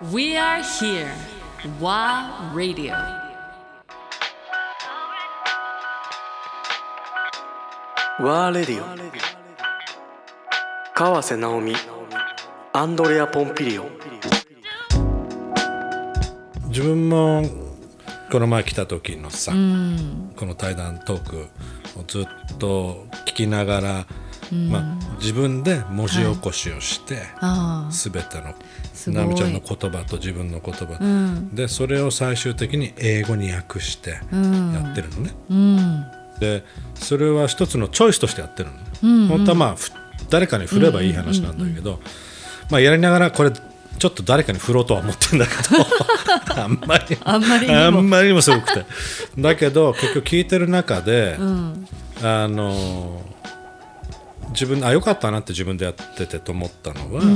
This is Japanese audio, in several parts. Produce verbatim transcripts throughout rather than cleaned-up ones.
We are here. ワー Radio。 ワーレディオ川瀬直美アンドレア・ポンピリオ。 自分もこの前来た時のさ、 うん、 この対談トークをずっと聞きながら、うんまあ、自分で文字起こしをして、はい、全ての直美ちゃんの言葉と自分の言葉、うん、でそれを最終的に英語に訳してやってるのね、うん、でそれは一つのチョイスとしてやってるのね、うんうん、本当はまあ誰かに振ればいい話なんだけど、うんうんうんまあ、やりながらこれちょっと誰かに振ろうとは思ってるんだけどあんまりあんまりにもあんまりにもすごくてだけど結局聞いてる中で、うん、あの自分あ良かったなって自分でやっててと思ったのは、うん、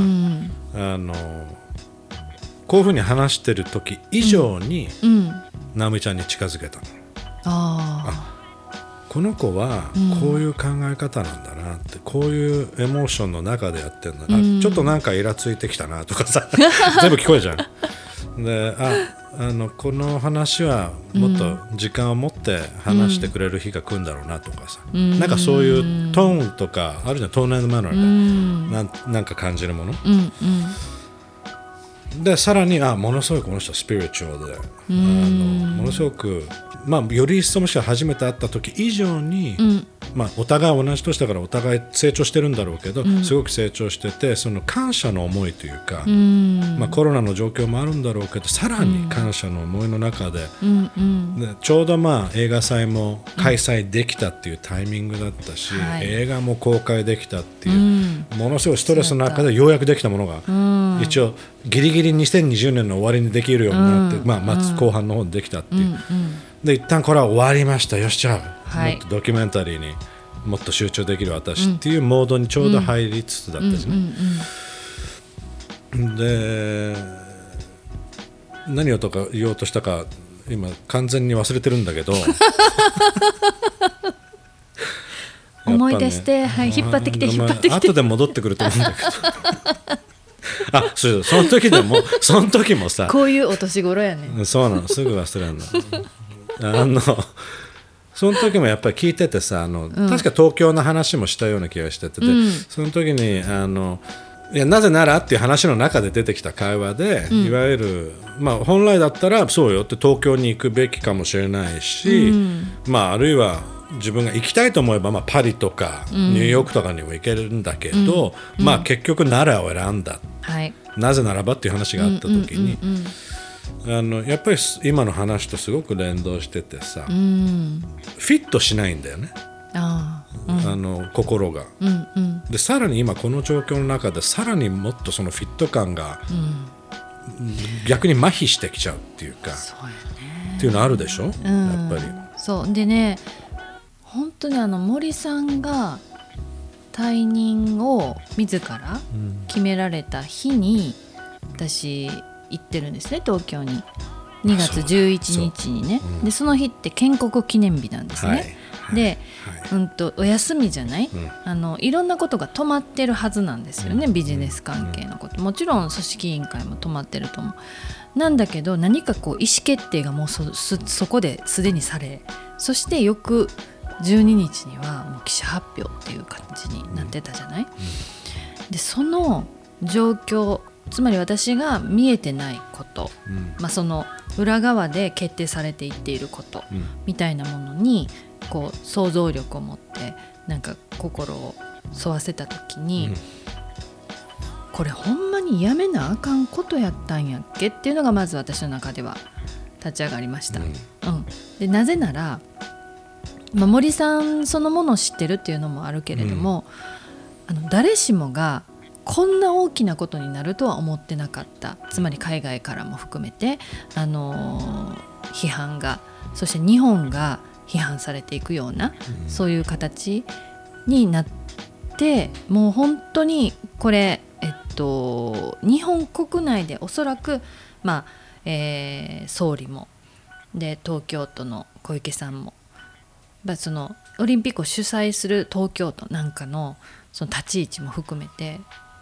あのこういうふうに話してる時以上に、うん、直美ちゃんに近づけたの。ああこの子はこういう考え方なんだなって、うん、こういうエモーションの中でやってるんだな、うん、ちょっとなんかイラついてきたなとかさ全部聞こえるじゃんでああのこの話はもっと時間を持って話してくれる日が来るんだろうなとかさ、うん、なんかそういうトーンとかあるじゃん、トーンのマナーで、うん、な, なんか感じるもの、うんうん、でさらにあものすごくこの人はスピリチュアルで、うん、あのものすごくまあ、より一層もしくは初めて会った時以上に、うんまあ、お互い同じ年だからお互い成長してるんだろうけど、うん、すごく成長しててその感謝の思いというか、うんまあ、コロナの状況もあるんだろうけどさらに感謝の思いの中で、うんうん、でちょうどまあ映画祭も開催できたっていうタイミングだったし、うん、映画も公開できたっていう、うん、ものすごいストレスの中でようやくできたものが、うん、一応ギリギリにせんにじゅうねんの終わりにできるようになって、うんまあ、後半の方にできたっていう、うんうんで一旦これは終わりましたよしじゃあ、はい、もっとドキュメンタリーにもっと集中できる私っていうモードにちょうど入りつつだったんですね、うんうんうん、で何をとか言おうとしたか今完全に忘れてるんだけど思い出して、ねはい、引っ張ってきて引っ張ってきて後で戻ってくると思うんだけどあそうその時でもその時もさこういうお年頃やねそうなのすぐ忘れるのあのその時もやっぱり聞いててさあの、うん、確か東京の話もしたような気がしてて、うん、その時にあのいやなぜならっていう話の中で出てきた会話で、うん、いわゆる、まあ、本来だったらそうよって東京に行くべきかもしれないし、うんまあ、あるいは自分が行きたいと思えば、まあ、パリとかニューヨークとかにも行けるんだけど、うんまあ、結局奈良を選んだ、はい、なぜならばっていう話があった時に、うんうんうんうんあのやっぱり今の話とすごく連動しててさ、うん、フィットしないんだよねあ、うん、あの心が、うんうん、でさらに今この状況の中でさらにもっとそのフィット感が、うん、逆に麻痺してきちゃうっていうかそうよ、ね、っていうのあるでしょ、うん、やっぱりそうでね本当にあの森さんが退任を自ら決められた日に、うん、私行ってるんですね東京ににがつじゅういちにちにね そ,、うん、でその日って建国記念日なんですね、はいはい、で、はいうんと、お休みじゃない、うん、あのいろんなことが止まってるはずなんですよね、うん、ビジネス関係のこと、もちろん組織委員会も止まってると思うなんだけど何かこう意思決定がもう そ, そこですでにされそして翌じゅうににちにはもう記者発表っていう感じになってたじゃない、うんうん、でその状況つまり私が見えてないこと、うんまあ、その裏側で決定されていっていることみたいなものにこう想像力を持ってなんか心を沿わせた時に、うん、これほんまにやめなあかんことやったんやっけっていうのがまず私の中では立ち上がりました、うんうん、でなぜなら、まあ、森さんそのものを知ってるっていうのもあるけれども、うん、あの誰しもがこんな大きなことになるとは思ってなかった。つまり海外からも含めて、あのー、批判がそして日本が批判されていくような、うん、そういう形になってもう本当にこれ、えっと、日本国内でおそらく、まあえー、総理もで東京都の小池さんもそのオリンピックを主催する東京都なんかのその立ち位置も含めて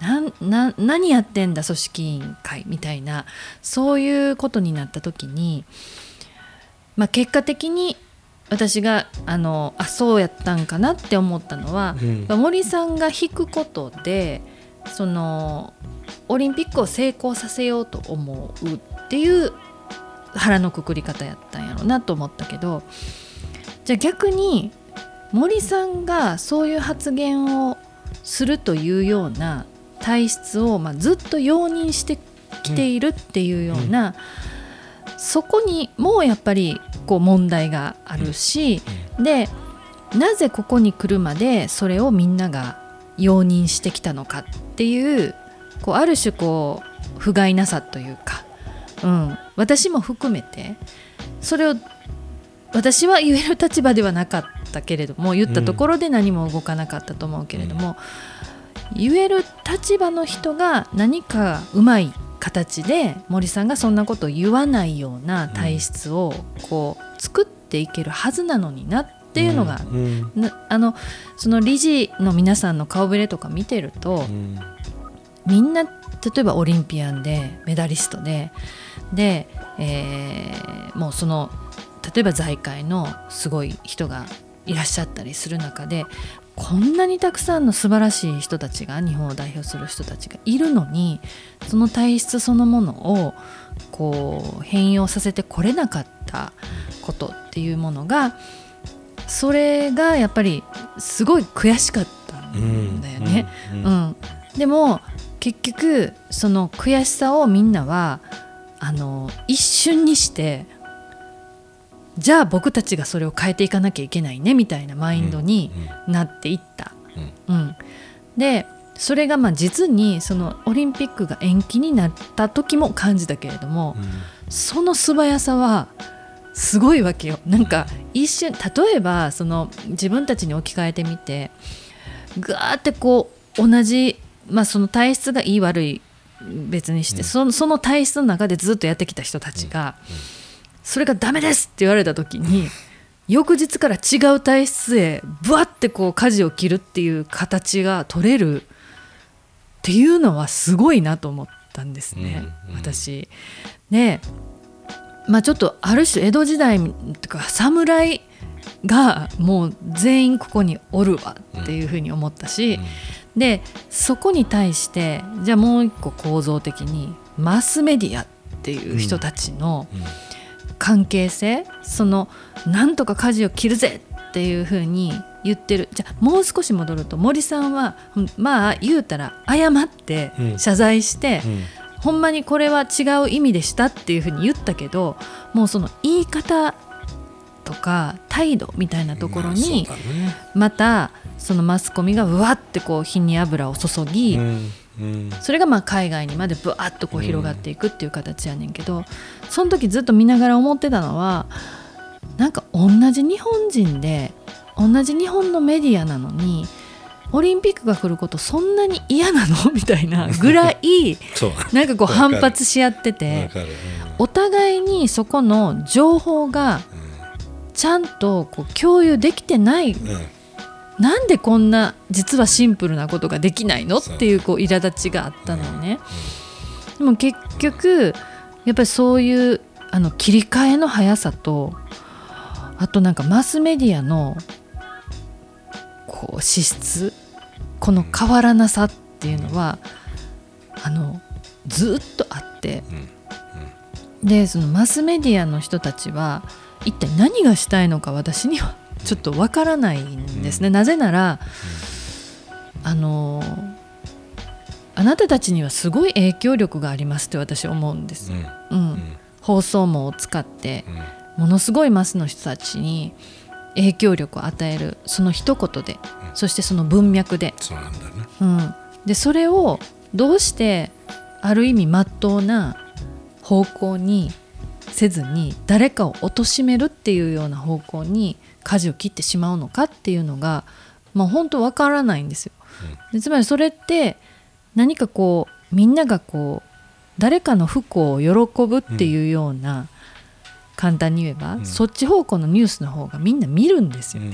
なんな何やってんだ組織委員会みたいな、そういうことになった時に、まあ、結果的に私があのあそうやったんかなって思ったのは、うん、森さんが引くことでそのオリンピックを成功させようと思うっていう腹のくくり方やったんやろうなと思ったけど、じゃあ逆に森さんがそういう発言をするというような体質を、まあ、ずっと容認してきているっていうような、うん、そこにもうやっぱりこう問題があるし、うん、でなぜここに来るまでそれをみんなが容認してきたのかっていう、こうある種こう不甲斐なさというか、うん、私も含めてそれを私は言える立場ではなかったけれども、言ったところで何も動かなかったと思うけれども、うん、言える立場の人が何かうまい形で森さんがそんなことを言わないような体質をこう作っていけるはずなのになっていうのが、うんうん、あのその理事の皆さんの顔ぶれとか見てると、うん、みんな例えばオリンピアンでメダリストでで、えー、もうその例えば財界のすごい人がいらっしゃったりする中で、こんなにたくさんの素晴らしい人たちが、日本を代表する人たちがいるのに、その体質そのものをこう変容させてこれなかったことっていうものが、それがやっぱりすごい悔しかったんだよね、うんうんうん、でも結局その悔しさをみんなはあの一瞬にして、じゃあ僕たちがそれを変えていかなきゃいけないねみたいなマインドになっていった、うんうん、でそれがまあ実にそのオリンピックが延期になった時も感じたけれども、うん、その素早さはすごいわけよ。なんか一瞬、例えばその自分たちに置き換えてみて、ガーってこう同じ、まあ、その体質がいい悪い別にして、うん、その、その体質の中でずっとやってきた人たちが、うんうん、それがダメですって言われた時に翌日から違う体質へブワッてこう舵を切るっていう形が取れるっていうのはすごいなと思ったんですね、うんうん、私で、まあ、ちょっとある種江戸時代とか侍がもう全員ここにおるわっていうふうに思ったし、うんうん、でそこに対してじゃあもう一個構造的にマスメディアっていう人たちの、うんうん、関係性、そのなんとか舵を切るぜっていう風に言ってる。じゃあもう少し戻ると、森さんはまあ言うたら謝って謝罪して、うんうん、ほんまにこれは違う意味でしたっていう風に言ったけど、もうその言い方とか態度みたいなところにまたそのマスコミがうわってこう火に油を注ぎ、うんうん、それがまあ海外にまでブワッとこう広がっていくっていう形やねんけど、その時ずっと見ながら思ってたのは、なんか同じ日本人で同じ日本のメディアなのにオリンピックが来ることそんなに嫌なのみたいなぐらいなんかこう反発し合ってて、お互いにそこの情報がちゃんとこう共有できてない、なんでこんな実はシンプルなことができないのっていうこう苛立ちがあったのね。でも結局やっぱりそういうあの切り替えの速さと、あとなんかマスメディアのこう資質、この変わらなさっていうのはあのずっとあって、でそのマスメディアの人たちは一体何がしたいのか私にはちょっとわからないんですね、うん、なぜなら、うん、あのあなたたちにはすごい影響力がありますって私思うんです、うんうん、放送網を使ってものすごいマスの人たちに影響力を与える、その一言で、うん、そしてその文脈で、そうなんだね、うん、でそれをどうしてある意味真っ当な方向にせずに誰かを貶めるっていうような方向に舵を切ってしまうのかっていうのが、まあ、本当わからないんですよ、うん、でつまりそれって何かこうみんながこう誰かの不幸を喜ぶっていうような、うん、簡単に言えば、うん、そっち方向のニュースの方がみんな見るんですよね、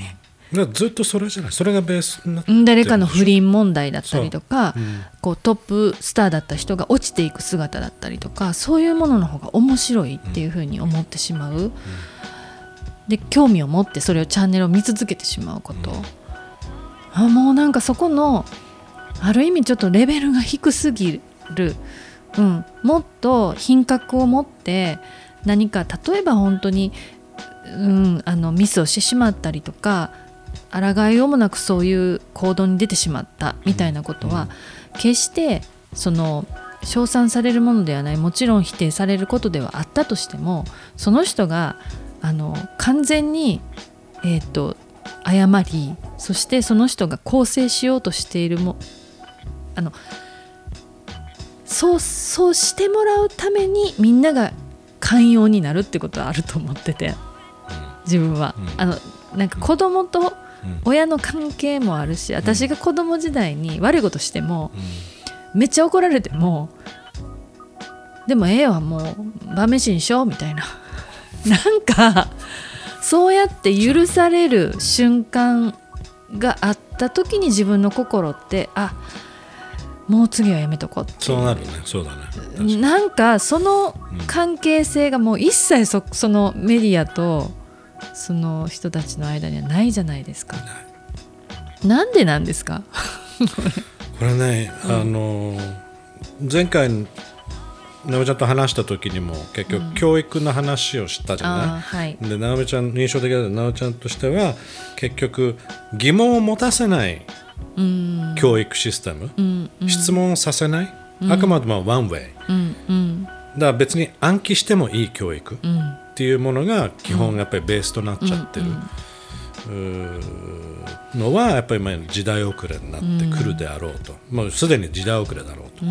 ずっとそれじゃない、それがベースになってる。 誰かの不倫問題だったりとか、 うん、 こうトップスターだった人が落ちていく姿だったりとか、そういうものの方が面白いっていうふうに思ってしまう、うん、で興味を持ってそれをチャンネルを見続けてしまうこと、うん、あもうなんかそこのある意味ちょっとレベルが低すぎる、うん、もっと品格を持って何か例えば本当に、うん、あのミスをしてしまったりとか抗いようもなくそういう行動に出てしまったみたいなことは、うん、決してその称賛されるものではない、もちろん否定されることではあったとしても、その人があの完全に、えーと、謝り、そしてその人が更生しようとしているもあのそう、そうしてもらうためにみんなが寛容になるってことはあると思ってて、自分は、うん、あのなんか子供と親の関係もあるし、私が子供時代に悪いことしても、うん、めっちゃ怒られてもでもええわもう晩飯にしようみたいななんかそうやって許される瞬間があった時に自分の心ってあもう次はやめとこうっていう、 そうなるね、そうだね、 なんかその関係性がもう一切 そ, そのメディアとその人たちの間にはないじゃないですか。なんでなんですかこれね、うん、あの前回直美ちゃんと話した時にも結局教育の話をしたじゃない、うんはい、で直美ちゃん印象的だった直美ちゃんとしては結局疑問を持たせない教育システム、うんうん、質問させない、うん、あくまでもワンウェイ、うんうん、だから別に暗記してもいい教育、うんっていうものが基本やっぱりベースとなっちゃってる、うんうん、のはやっぱり時代遅れになってくるであろうと、うん、もうすでに時代遅れだろうと、うん、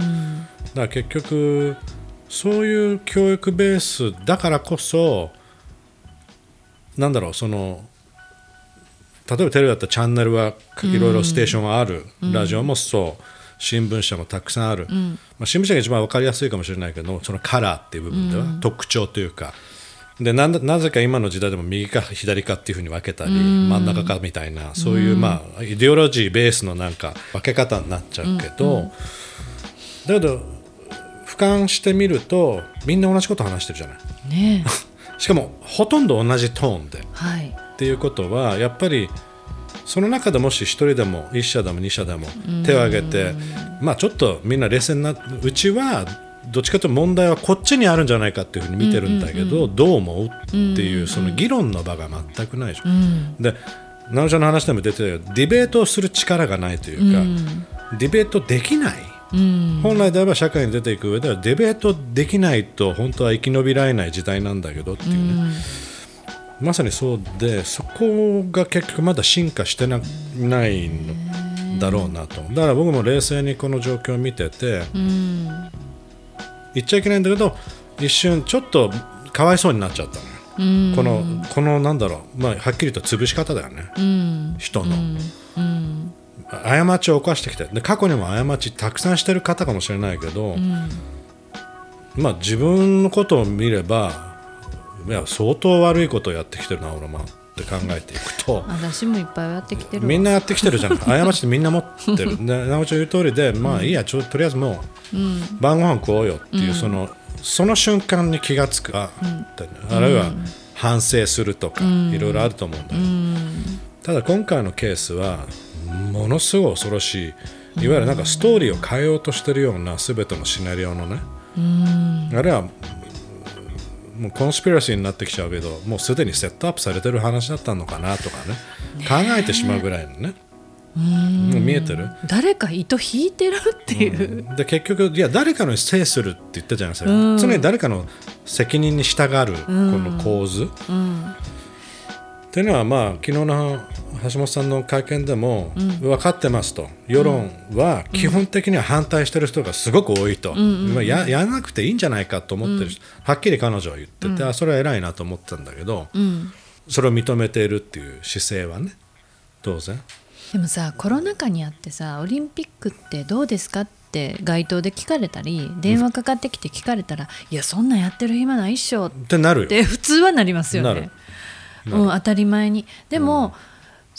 だから結局そういう教育ベースだからこそなんだろう、その例えばテレビだったらチャンネルはいろいろステーションがある、うん、ラジオもそう新聞社もたくさんある、うんまあ、新聞社が一番分かりやすいかもしれないけどそのカラーっていう部分では、うん、特徴というかで な, なぜか今の時代でも右か左かっていう風に分けたり真ん中かみたいなそういうまあイデオロジーベースのなんか分け方になっちゃうけど、うんうん、だけど俯瞰してみるとみんな同じこと話してるじゃない、ね、しかもほとんど同じトーンで、はい、っていうことはやっぱりその中でもし一人でも一社でも二社でも手を挙げてまあちょっとみんな冷静になってうちはどっちかというと問題はこっちにあるんじゃないかっていうふうに見てるんだけど、うんうんうん、どう思うっていうその議論の場が全くないじゃん、うん、で直美ちゃんの話でも出てたようにディベートをする力がないというか、うん、ディベートできない、うん、本来であれば社会に出ていく上ではディベートできないと本当は生き延びられない時代なんだけどっていうね、うん、まさにそうでそこが結局まだ進化して な, ないんだろうなと。だから僕も冷静にこの状況を見てて、うん言っちゃいけないんだけど一瞬ちょっとかわいそうになっちゃったのよ、うん、このこのなんだろう、まあ、はっきりと潰し方だよね、うん、人の、うんうん、過ちを犯してきてで過去にも過ちたくさんしてる方かもしれないけど、うんまあ、自分のことを見ればいや相当悪いことをやってきてるな俺もって考えていくと私もいっぱいやってきてるわみんなやってきてるじゃん過ちってみんな持ってるで直美ちゃん言う通りでまあいいやちょとりあえずもう、うん、晩ご飯食おうよっていう、うん、そのその瞬間に気がつく あ,、うん、あるいは反省するとか、うん、いろいろあると思うんだよ、うん、ただ今回のケースはものすごい恐ろしいいわゆるなんかストーリーを変えようとしてるような全てのシナリオのね、うん、あれはもうコンスピラシーになってきちゃうけどもうすでにセットアップされてる話だったのかなとかね考えてしまうぐらいのねうーんもう見えてる誰か糸引いてるっていう、 うん、で結局いや誰かの制するって言ったじゃないですか、うん、常に誰かの責任に従うこの構図、うんうん、っていうのはまあ昨日の橋本さんの会見でも、うん、分かってますと世論は基本的には反対してる人がすごく多いと、うんうんうん、や, やらなくていいんじゃないかと思ってる、うん、はっきり彼女は言ってて、うん、あそれは偉いなと思ってたんだけど、うん、それを認めているっていう姿勢はね当然でもさコロナ禍にあってさオリンピックってどうですかって街頭で聞かれたり電話かかってきて聞かれたら、うん、いやそんなんやってる暇ないっしょってなるよって普通はなりますよね、うん、当たり前にでも、うん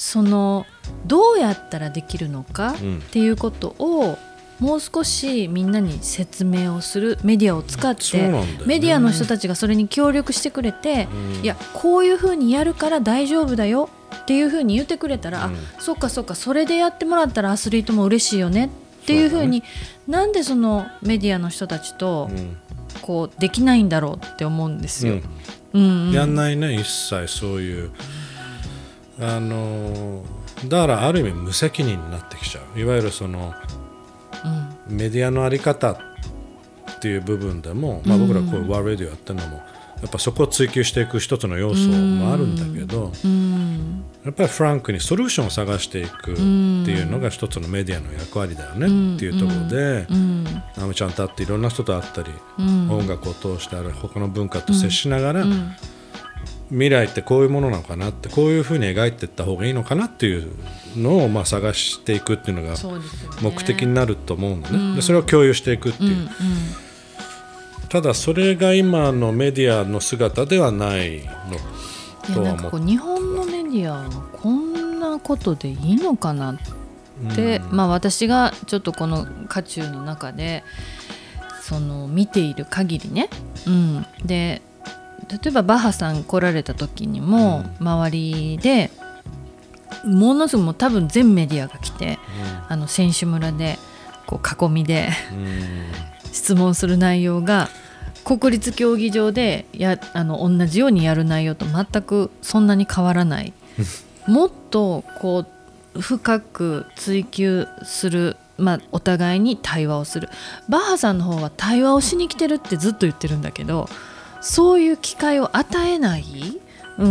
そのどうやったらできるのかうんっていうことをもう少しみんなに説明をする、メディアを使っそうて、 なんだよねメディアの人たちがそれに協力してくれて、 うんいやこういうふうにやるから大丈夫だよっていうふうに言ってくれたら、 うんあそっかそっかそれでやってもらったらアスリートも嬉しいよねっていうふうに、なんでそのメディアの人たちとうんこうできないんだろうって思うんですよ。 うんうんうんやんないね、一切そういうあのだからある意味無責任になってきちゃう。いわゆるそのうんメディアのあり方っていう部分でも、まあ、僕らこういうワールドやってるのもやっぱそこを追求していく一つの要素もあるんだけど、 うんやっぱりフランクにソリューションを探していくっていうのが一つのメディアの役割だよねっていうところで、 うんナムちゃんと会っていろんな人と会ったり、 うん音楽を通してある他の文化と接しながら、 うん未来ってこういうものなのかなって、こういうふうに描いていった方がいいのかなっていうのをまあ探していくっていうのがそうですよね目的になると思うのね、 うんでそれを共有していくっていう、 うんうんただそれが今のメディアの姿ではないのいやとはなんかこう思う。 日本のメディアはこんなことでいいのかなって、 うんまあ、私がちょっとこの渦中の中でその見ている限りね、うん、で例えばバッハさん来られた時にも周りでものすごくもう多分全メディアが来て、あの選手村でこう囲みでうん質問する内容が国立競技場でやあの同じようにやる内容と全くそんなに変わらないもっとこう深く追求する、まあ、お互いに対話をする。バッハさんの方は対話をしに来てるってずっと言ってるんだけど、そういう機会を与えない、うん、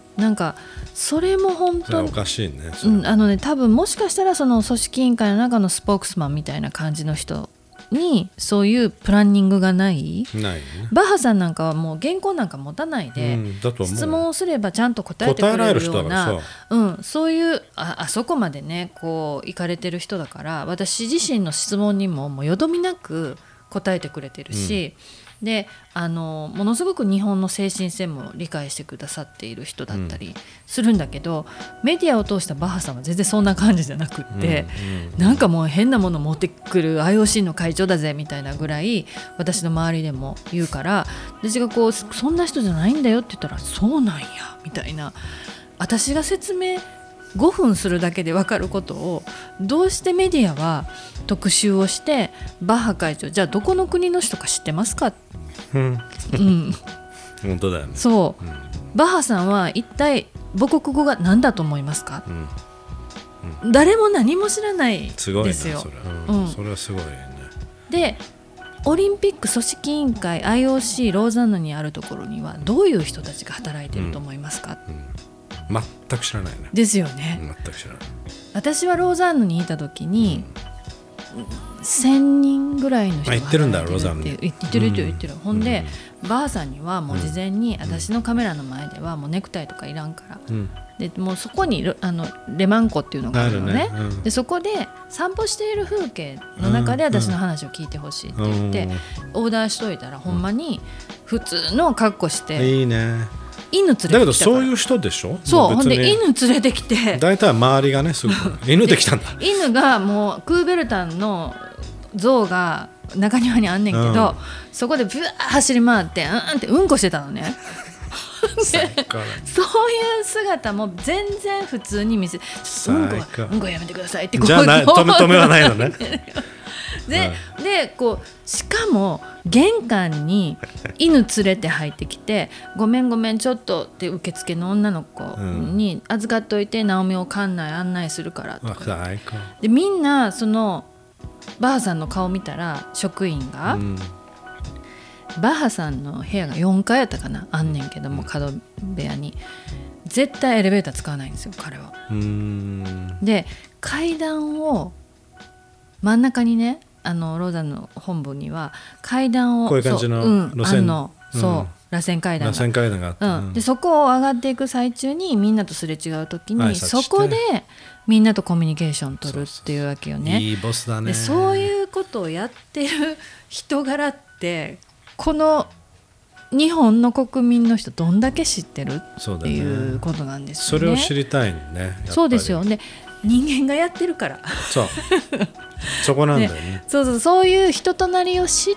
なんかそれも本それはお当にかしいね。それうん、あのね多分もしかしたらその組織委員会の中のスポークスマンみたいな感じの人にそういうプランニングがない。 ないね。 バッハさんなんかはもう原稿なんか持たないで、 うんだと思う質問をすればちゃんと答えてく答えられるれるよう人だからな、うん、そういうああそこまでねこう行かれてる人だから、私自身の質問にももうよどみなく答えてくれてるし、であのものすごく日本の精神性も理解してくださっている人だったりするんだけど、メディアを通したバッハさんは全然そんな感じじゃなくって、 うんなんかもう変なもの持ってくる アイオーシー の会長だぜみたいなぐらい私の周りでも言うから、私がこうそんな人じゃないんだよって言ったらそうなんやみたいな、私が説明ごふんするだけで分かることをどうしてメディアは特集をしてバッハ会長じゃあどこの国の人か知ってますか、 うんうん、 本当だよね。 そう、 うんバッハさんは一体母国語が何だと思いますか、 うん誰も何も知らないすごいねですよ。 それ、うんうんそれはすごいね。 でオリンピック組織委員会 アイオーシー ローザンヌにあるところにはどういう人たちが働いてると思いますか、 全く知らないね。 ですよね、 全く知らない。 私はローザンヌにいた時に、せんにんぐらいの人があ行ってるんだ働いてるっていうローザンヌ言ってるって言ってる、 うんほんで、バーさんにはもう事前に私のカメラの前ではもうネクタイとかいらんからうんでもうそこにあのレマン湖っていうのがあるのねあるねうんでそこで散歩している風景の中で私の話を聞いてほしいって言って、オーダーしといたらほんまに普通の格好していいね。 犬連れてきたから。 だけどそういう人でしょ。 そうほんで別に犬連れてきて大体周りがねすぐ犬できたんだ。 犬がもうクーベルタンの像が中庭にあんねんけど、 うんそこでブワー走り回ってうんってうんこしてたのね最高だそういう姿も全然普通に見せちょっとうんこ最高はうんこはやめてくださいってこうじゃあないこう止め止めはないのね。 で、でこうしかも玄関に犬連れて入ってきてごめんごめんちょっとって受付の女の子に預かっといて、ナオミを館内案内するからとあか最高。 でみんなそのバッハさんの顔見たら職員が、 うんバッハさんの部屋がよんかいやったかなあんねんけども角部屋に絶対エレベーター使わないんですよ彼は。 うーんで階段を真ん中にねあのローザンの本部には階段をこういう感じのそううん、 路線あんのうんそう螺旋階段が螺旋階段があって、 うん、でそこを上がっていく最中にみんなとすれ違う時に挨拶してそこでみんなとコミュニケーション取るっていうわけよね。 いいボスだね。 でそういうことをやってる人柄ってこの日本の国民の人どんだけ知ってるってそうだねいうことなんですよね。 それを知りたいねやっぱり。 そうですよね。人間がやってるからそうそこなんだよね。 そうそう、そういう人となりを知って、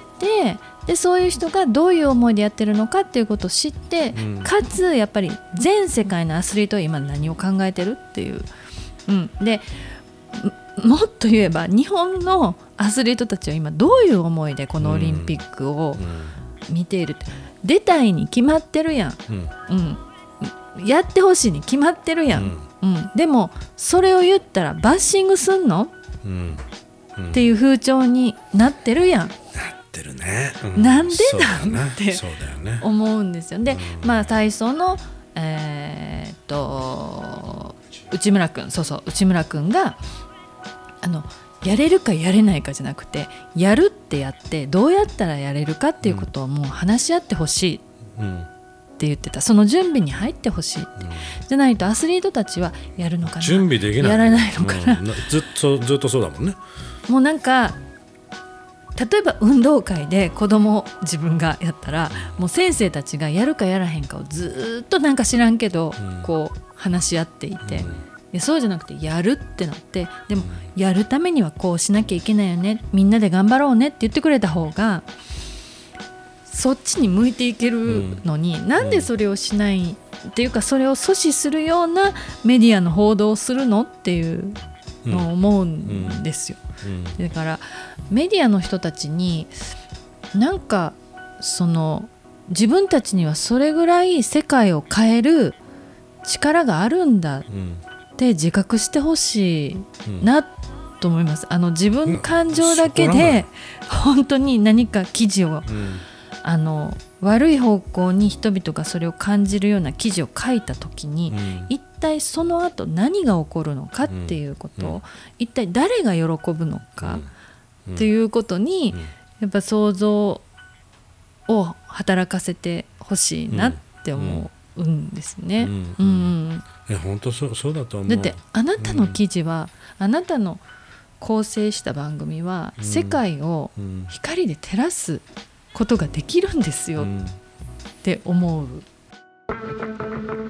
でそういう人がどういう思いでやってるのかっていうことを知って、 うん、 かつやっぱり全世界のアスリートは今何を考えてるっていう、うん、でもっと言えば日本のアスリートたちは今どういう思いでこのオリンピックを見ているって、出たいに決まってるやん、うんうん、やってほしいに決まってるやん、うんうん、でもそれを言ったらバッシングすんの、うんうん、っていう風潮になってるやん。 てるね、うん、 なんでなん、ね、って思うんですよ。で、 うん、 まあ体操の、えー、っと内村君、そうそう内村君があのやれるかやれないかじゃなくて、やるってやってどうやったらやれるかっていうことをもう話し合ってほしいって言ってた。その準備に入ってほしいって、うん、じゃないとアスリートたちはやるのかな、 準備できない、 やらないのかな、 うん、ずっとずっとそうだもんね。 もうなんか例えば運動会で子供自分がやったら、もう先生たちがやるかやらへんかをずっとなんか知らんけど、うん、こう話し合っていて、うん、いやそうじゃなくてやるってなって、でもやるためにはこうしなきゃいけないよね、みんなで頑張ろうねって言ってくれた方がそっちに向いていけるのに、うん、なんでそれをしないっていうか、それを阻止するようなメディアの報道をするのっていうのを思うんですよ、うんうん、だからメディアの人たちになんかその自分たちにはそれぐらい世界を変える力があるんだって自覚してほしいなと思います。あの自分感情だけで本当に何か記事を、うん、あの悪い方向に人々がそれを感じるような記事を書いた時に、うん、一体その後何が起こるのかっていうことを、うん、一体誰が喜ぶのか、うんっていうことにやっぱ想像を働かせてほしいなって思うんですね。うんうん、 いや本当そう、そうだと思う。 だってあなたの記事は、うん、あなたの構成した番組は、うん、世界を光で照らすことができるんですよって思う。